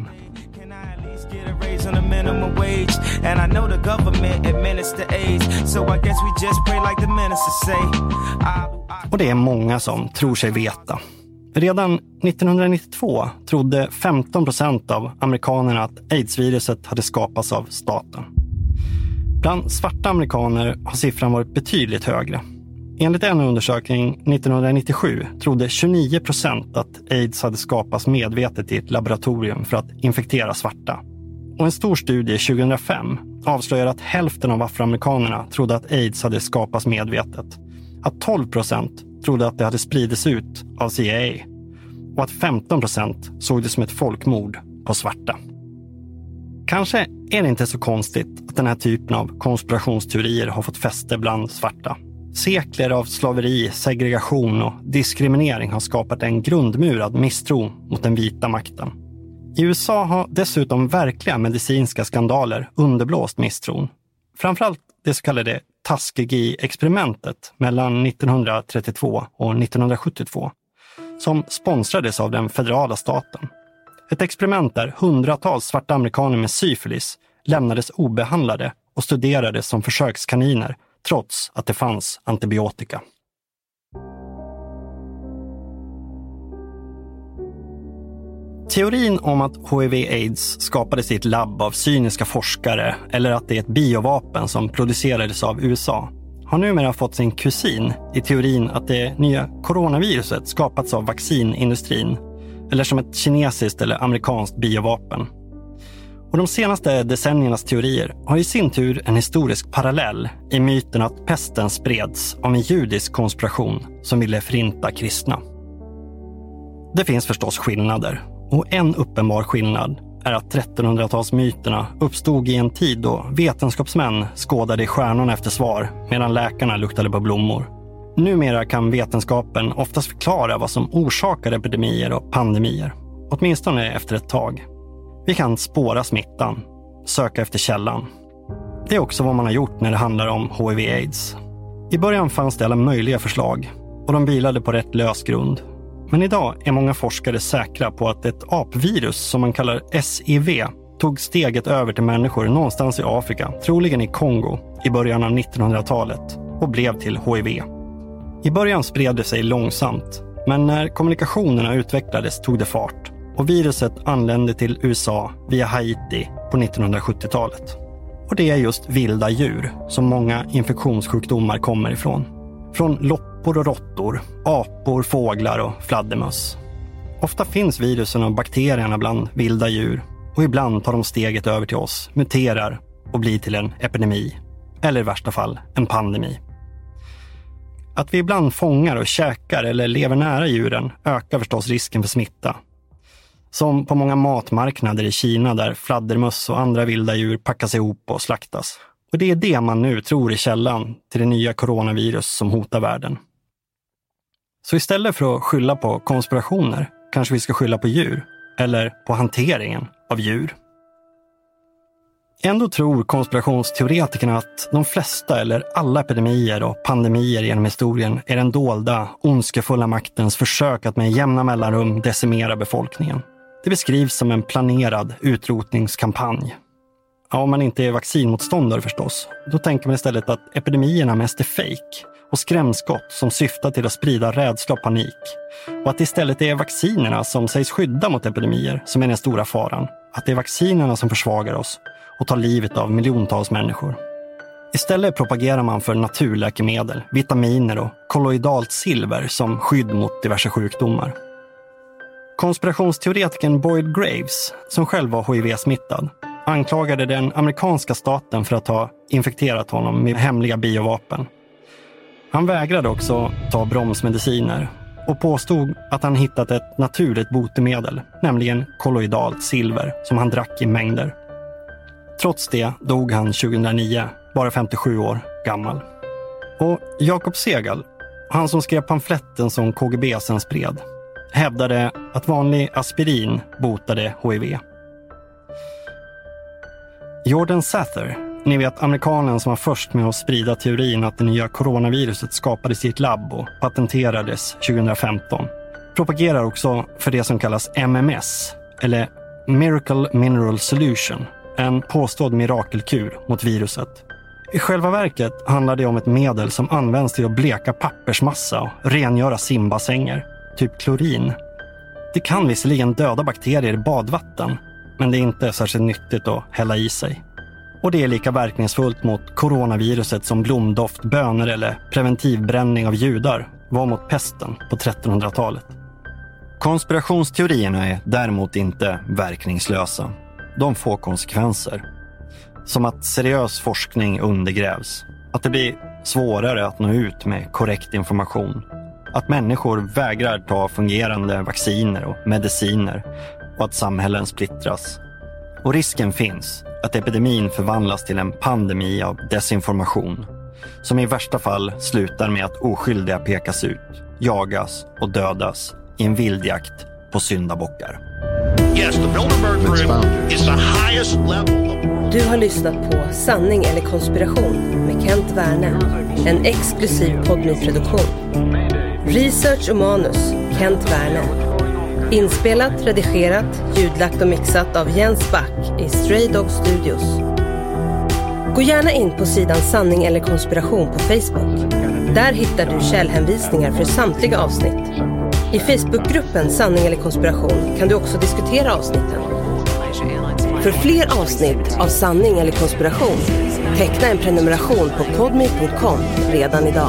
Och det är många som tror sig veta. Redan 1992 trodde 15% av amerikanerna att AIDS-viruset hade skapats av staten. Bland svarta amerikaner har siffran varit betydligt högre. Enligt en undersökning 1997 trodde 29% att AIDS hade skapats medvetet i ett laboratorium för att infektera svarta. Och en stor studie 2005 avslöjar att hälften av afroamerikanerna trodde att AIDS hade skapats medvetet. Att 12% trodde att det hade spridits ut av CIA. Och att 15% såg det som ett folkmord på svarta. Kanske är det inte så konstigt att den här typen av konspirationsteorier har fått fäste bland svarta. Sekler av slaveri, segregation och diskriminering har skapat en grundmurad misstro mot den vita makten. I USA har dessutom verkliga medicinska skandaler underblåst misstron. Framförallt det så kallade Tuskegee-experimentet mellan 1932 och 1972 som sponsrades av den federala staten. Ett experiment där hundratals svarta amerikaner med syfilis lämnades obehandlade och studerades som försökskaniner trots att det fanns antibiotika. Teorin om att HIV/AIDS skapades i ett labb av cyniska forskare eller att det är ett biovapen som producerades av USA har numera fått sin kusin i teorin att det nya coronaviruset skapats av vaccinindustrin eller som ett kinesiskt eller amerikanskt biovapen. Och de senaste decenniernas teorier har i sin tur en historisk parallell i myten att pesten spreds av en judisk konspiration som ville förinta kristna. Det finns förstås skillnader, och en uppenbar skillnad är att 1300-talsmyterna uppstod i en tid då vetenskapsmän skådade i stjärnorna efter svar medan läkarna luktade på blommor. Numera kan vetenskapen oftast förklara vad som orsakar epidemier och pandemier, åtminstone efter ett tag. Vi kan spåra smittan, söka efter källan. Det är också vad man har gjort när det handlar om HIV/AIDS. I början fanns det alla möjliga förslag och de vilade på rätt lös grund. Men idag är många forskare säkra på att ett apvirus som man kallar SIV tog steget över till människor någonstans i Afrika, troligen i Kongo, i början av 1900-talet och blev till HIV. I början spred det sig långsamt, men när kommunikationerna utvecklades tog det fart och viruset anlände till USA via Haiti på 1970-talet. Och det är just vilda djur som många infektionssjukdomar kommer ifrån. Från loppor och råttor, apor, fåglar och fladdermöss. Ofta finns virusen och bakterierna bland vilda djur och ibland tar de steget över till oss, muterar och blir till en epidemi. Eller i värsta fall en pandemi. Att vi ibland fångar och käkar eller lever nära djuren ökar förstås risken för smitta. Som på många matmarknader i Kina där fladdermöss och andra vilda djur packas ihop och slaktas. Och det är det man nu tror är källan till det nya coronavirus som hotar världen. Så istället för att skylla på konspirationer kanske vi ska skylla på djur eller på hanteringen av djur. Ändå tror konspirationsteoretikerna att de flesta eller alla epidemier och pandemier genom historien är den dolda, ondskefulla maktens försök att med jämna mellanrum decimera befolkningen. Det beskrivs som en planerad utrotningskampanj. Ja, om man inte är vaccinmotståndare förstås, då tänker man istället att epidemierna mest är fake och skrämskott som syftar till att sprida rädsla och panik. Och att det istället är vaccinerna som sägs skydda mot epidemier som är den stora faran. Att det är vaccinerna som försvagar oss och tar livet av miljontals människor. Istället propagerar man för naturläkemedel, vitaminer och kolloidalt silver som skydd mot diverse sjukdomar. Konspirationsteoretikern Boyd Graves, som själv var HIV-smittad, anklagade den amerikanska staten för att ha infekterat honom med hemliga biovapen. Han vägrade också ta bromsmediciner och påstod att han hittat ett naturligt botemedel, nämligen kolloidalt silver som han drack i mängder. Trots det dog han 2009, bara 57 år gammal. Och Jacob Segal, han som skrev pamfletten som KGB sen spred, hävdade att vanlig aspirin botade HIV. Jordan Sather, ni vet amerikanen som var först med att sprida teorin att det nya coronaviruset skapades i ett labb och patenterades 2015, propagerar också för det som kallas MMS, eller Miracle Mineral Solution, en påstådd mirakelkur mot viruset. I själva verket handlar det om ett medel som används till att bleka pappersmassa och rengöra simbassänger, typ klorin. Det kan visserligen döda bakterier i badvatten, men det är inte särskilt nyttigt att hälla i sig. Och det är lika verkningsfullt mot coronaviruset som blomdoft, bönor eller preventivbränning av judar var mot pesten på 1300-talet. Konspirationsteorierna är däremot inte verkningslösa. De får konsekvenser. Som att seriös forskning undergrävs. Att det blir svårare att nå ut med korrekt information. Att människor vägrar ta fungerande vacciner och mediciner. Och att samhällen splittras. Och risken finns att epidemin förvandlas till en pandemi av desinformation. Som i värsta fall slutar med att oskyldiga pekas ut, jagas och dödas i en vildjakt på syndabockar. Yes, the Bilderberg Group is the highest level of... Du har lyssnat på Sanning eller konspiration med Kent Werne. En exklusiv Podme-produktion. Research och manus Kent Werne. Inspelat, redigerat, ljudlagt och mixat av Jens Back i Stray Dog Studios. Gå gärna in på sidan Sanning eller konspiration på Facebook. Där hittar du källhänvisningar för samtliga avsnitt. I Facebookgruppen Sanning eller konspiration kan du också diskutera avsnitten. För fler avsnitt av Sanning eller konspiration, teckna en prenumeration på podme.com redan idag.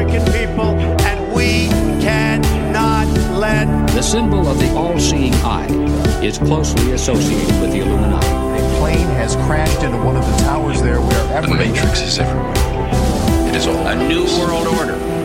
The symbol of the all-seeing eye is closely associated with the Illuminati. A plane has crashed into one of the towers there wherever... The Matrix is everywhere. It is all... A new world order